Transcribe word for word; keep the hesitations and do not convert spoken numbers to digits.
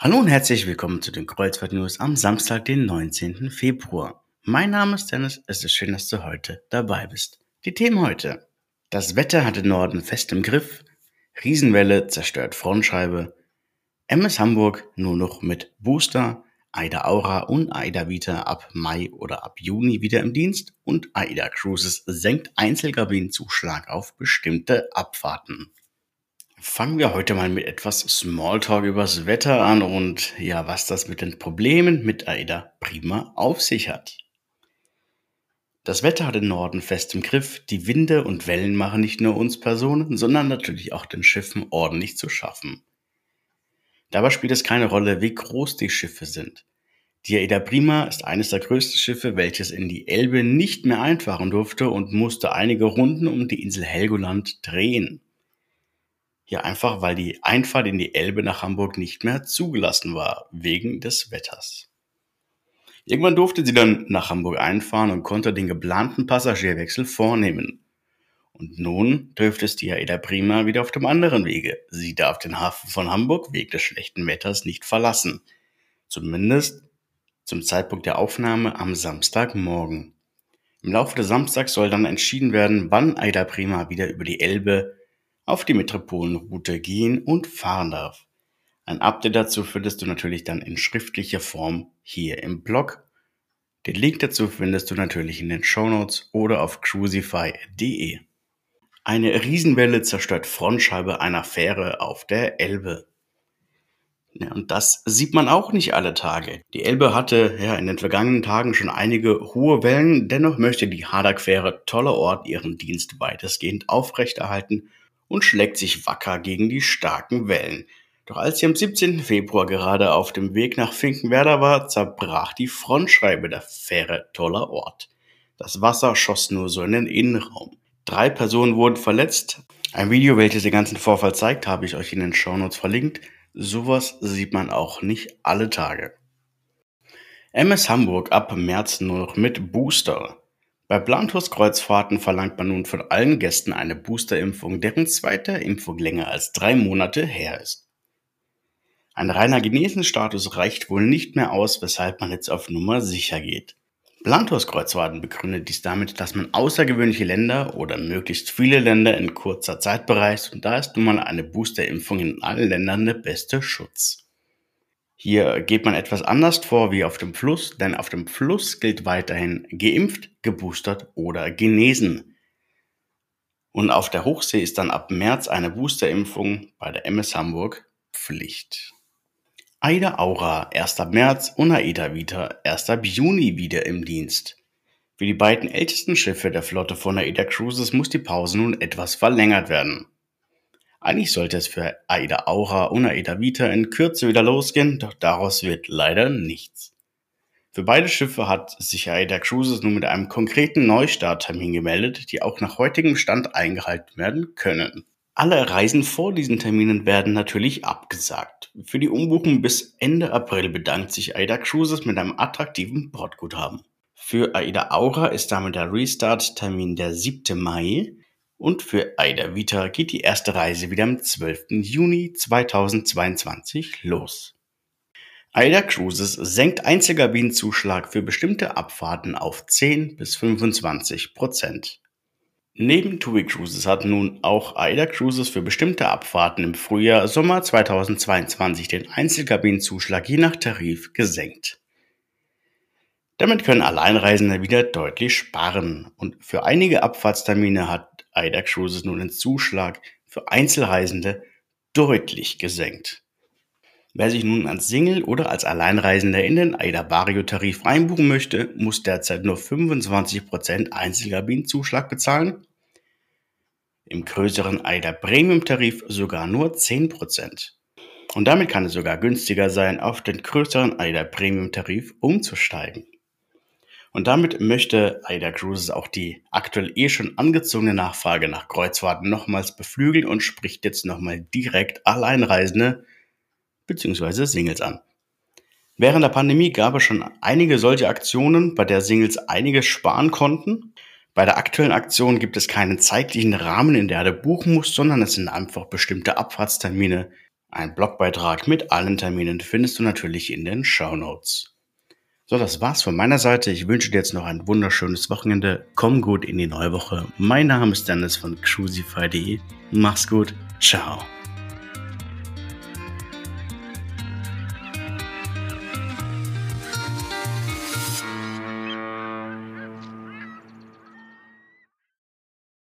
Hallo und herzlich willkommen zu den Kreuzfahrt-News am Samstag, den neunzehnten Februar. Mein Name ist Dennis, es ist schön, dass du heute dabei bist. Die Themen heute: Das Wetter hat den Norden fest im Griff, Riesenwelle zerstört Frontscheibe, M S Hamburg nur noch mit Booster, AIDA Aura und AIDA Vita ab Mai oder ab Juni wieder im Dienst und AIDA Cruises senkt Einzelkabinenzuschlag auf bestimmte Abfahrten. Fangen wir heute mal mit etwas Smalltalk übers Wetter an und ja, was das mit den Problemen mit AIDA Prima auf sich hat. Das Wetter hat den Norden fest im Griff, die Winde und Wellen machen nicht nur uns Personen, sondern natürlich auch den Schiffen ordentlich zu schaffen. Dabei spielt es keine Rolle, wie groß die Schiffe sind. Die AIDA Prima ist eines der größten Schiffe, welches in die Elbe nicht mehr einfahren durfte und musste einige Runden um die Insel Helgoland drehen. Ja, einfach weil die Einfahrt in die Elbe nach Hamburg nicht mehr zugelassen war, wegen des Wetters. Irgendwann durfte sie dann nach Hamburg einfahren und konnte den geplanten Passagierwechsel vornehmen. Und nun dürfte es die AIDA Prima wieder auf dem anderen Wege. Sie darf den Hafen von Hamburg wegen des schlechten Wetters nicht verlassen. Zumindest zum Zeitpunkt der Aufnahme am Samstagmorgen. Im Laufe des Samstags soll dann entschieden werden, wann AIDA Prima wieder über die Elbe auf die Metropolenroute gehen und fahren darf. Ein Update dazu findest du natürlich dann in schriftlicher Form hier im Blog. Den Link dazu findest du natürlich in den Shownotes oder auf cruisify punkt de. Eine Riesenwelle zerstört Frontscheibe einer Fähre auf der Elbe. Ja, und das sieht man auch nicht alle Tage. Die Elbe hatte ja in den vergangenen Tagen schon einige hohe Wellen, dennoch möchte die Hardegg-Fähre Toller Ort ihren Dienst weitestgehend aufrechterhalten und schlägt sich wacker gegen die starken Wellen. Doch als sie am siebzehnten Februar gerade auf dem Weg nach Finkenwerder war, zerbrach die Frontscheibe der Fähre Toller Ort. Das Wasser schoss nur so in den Innenraum. Drei Personen wurden verletzt. Ein Video, welches den ganzen Vorfall zeigt, habe ich euch in den Shownotes verlinkt. Sowas sieht man auch nicht alle Tage. M S Hamburg ab März nur noch mit Booster. Bei Plantours-Kreuzfahrten verlangt man nun von allen Gästen eine Boosterimpfung, deren zweite Impfung länger als drei Monate her ist. Ein reiner Genesenstatus reicht wohl nicht mehr aus, weshalb man jetzt auf Nummer sicher geht. Plantours-Kreuzfahrten begründet dies damit, dass man außergewöhnliche Länder oder möglichst viele Länder in kurzer Zeit bereist und da ist nun mal eine Boosterimpfung in allen Ländern der beste Schutz. Hier geht man etwas anders vor wie auf dem Fluss, denn auf dem Fluss gilt weiterhin geimpft, geboostert oder genesen. Und auf der Hochsee ist dann ab März eine Boosterimpfung bei der M S Hamburg Pflicht. AIDA Aura erst ab März und AIDA Vita erst ab Juni wieder im Dienst. Für die beiden ältesten Schiffe der Flotte von AIDA Cruises muss die Pause nun etwas verlängert werden. Eigentlich sollte es für AIDA Aura und AIDA Vita in Kürze wieder losgehen, doch daraus wird leider nichts. Für beide Schiffe hat sich AIDA Cruises nun mit einem konkreten Neustarttermin gemeldet, die auch nach heutigem Stand eingehalten werden können. Alle Reisen vor diesen Terminen werden natürlich abgesagt. Für die Umbuchung bis Ende April bedankt sich AIDA Cruises mit einem attraktiven Bordguthaben. Für AIDA Aura ist damit der Restart-Termin der siebte Mai. Und für AIDA Vita geht die erste Reise wieder am zwölften Juni zweitausendzweiundzwanzig los. AIDA Cruises senkt Einzelkabinenzuschlag für bestimmte Abfahrten auf zehn bis fünfundzwanzig Prozent. Neben TUI Cruises hat nun auch AIDA Cruises für bestimmte Abfahrten im Frühjahr, Sommer zweitausendzweiundzwanzig den Einzelkabinenzuschlag je nach Tarif gesenkt. Damit können Alleinreisende wieder deutlich sparen und für einige Abfahrtstermine hat AIDA Cruises nun den Zuschlag für Einzelreisende deutlich gesenkt. Wer sich nun als Single oder als Alleinreisender in den AIDA Vario-Tarif einbuchen möchte, muss derzeit nur fünfundzwanzig Prozent Einzelkabinenzuschlag bezahlen. Im größeren AIDA Premium-Tarif sogar nur zehn Prozent. Und damit kann es sogar günstiger sein, auf den größeren AIDA Premium-Tarif umzusteigen. Und damit möchte AIDA Cruises auch die aktuell eh schon angezogene Nachfrage nach Kreuzfahrten nochmals beflügeln und spricht jetzt nochmal direkt Alleinreisende bzw. Singles an. Während der Pandemie gab es schon einige solche Aktionen, bei der Singles einiges sparen konnten. Bei der aktuellen Aktion gibt es keinen zeitlichen Rahmen, in der du buchen musst, sondern es sind einfach bestimmte Abfahrtstermine. Ein Blogbeitrag mit allen Terminen findest du natürlich in den Shownotes. So, das war's von meiner Seite. Ich wünsche dir jetzt noch ein wunderschönes Wochenende. Komm gut in die neue Woche. Mein Name ist Dennis von crucify punkt de. Mach's gut. Ciao.